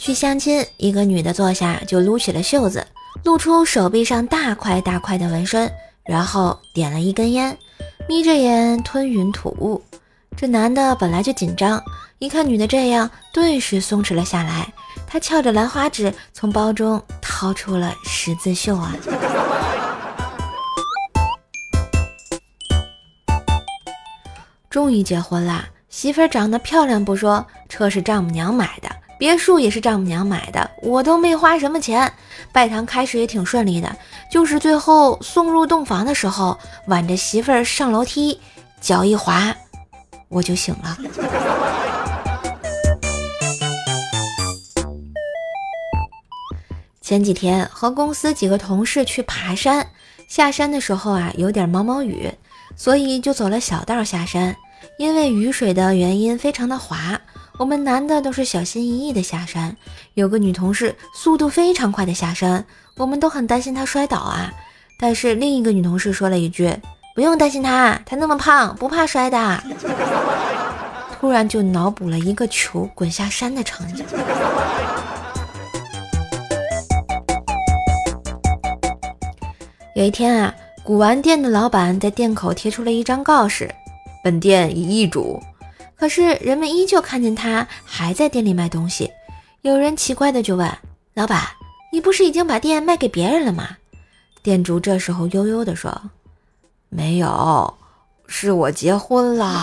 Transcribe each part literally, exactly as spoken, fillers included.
去相亲，一个女的坐下就撸起了袖子，露出手臂上大块大块的纹身，然后点了一根烟，眯着眼吞云吐雾。这男的本来就紧张，一看女的这样，顿时松弛了下来。他翘着兰花指，从包中掏出了十字绣啊。终于结婚啦，媳妇儿长得漂亮不说，车是丈母娘买的，别墅也是丈母娘买的，我都没花什么钱。拜堂开始也挺顺利的，就是最后送入洞房的时候，挽着媳妇儿上楼梯，脚一滑，我就醒了。前几天和公司几个同事去爬山，下山的时候啊，有点毛毛雨，所以就走了小道下山。因为雨水的原因非常的滑，我们男的都是小心翼翼的下山，有个女同事速度非常快的下山，我们都很担心她摔倒啊。但是另一个女同事说了一句，不用担心她，她那么胖不怕摔的。突然就脑补了一个球滚下山的场景。有一天啊，古玩店的老板在店口贴出了一张告示，本店已易主。可是人们依旧看见他还在店里卖东西。有人奇怪的就问，老板，你不是已经把店卖给别人了吗？店主这时候悠悠地说，没有，是我结婚了。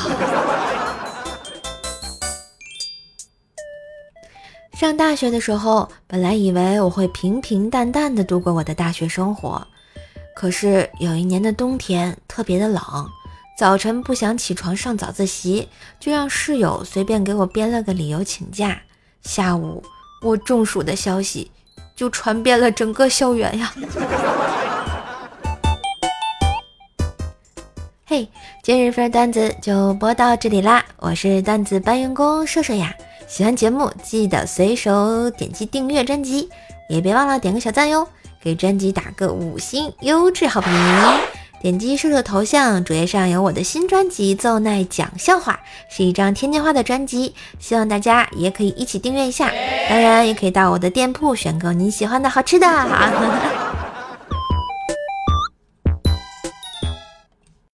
上大学的时候，本来以为我会平平淡淡的度过我的大学生活，可是有一年的冬天特别的冷，早晨不想起床上早自习，就让室友随便给我编了个理由请假。下午我中暑的消息就传遍了整个校园呀。嘿，今日份段子就播到这里啦，我是段子搬运工射射呀。喜欢节目记得随手点击订阅专辑，也别忘了点个小赞哟，给专辑打个五星优质好评。点击射射头像，主页上有我的新专辑奏奈讲笑话，是一张天津话的专辑，希望大家也可以一起订阅一下，当然也可以到我的店铺选购你喜欢的好吃的。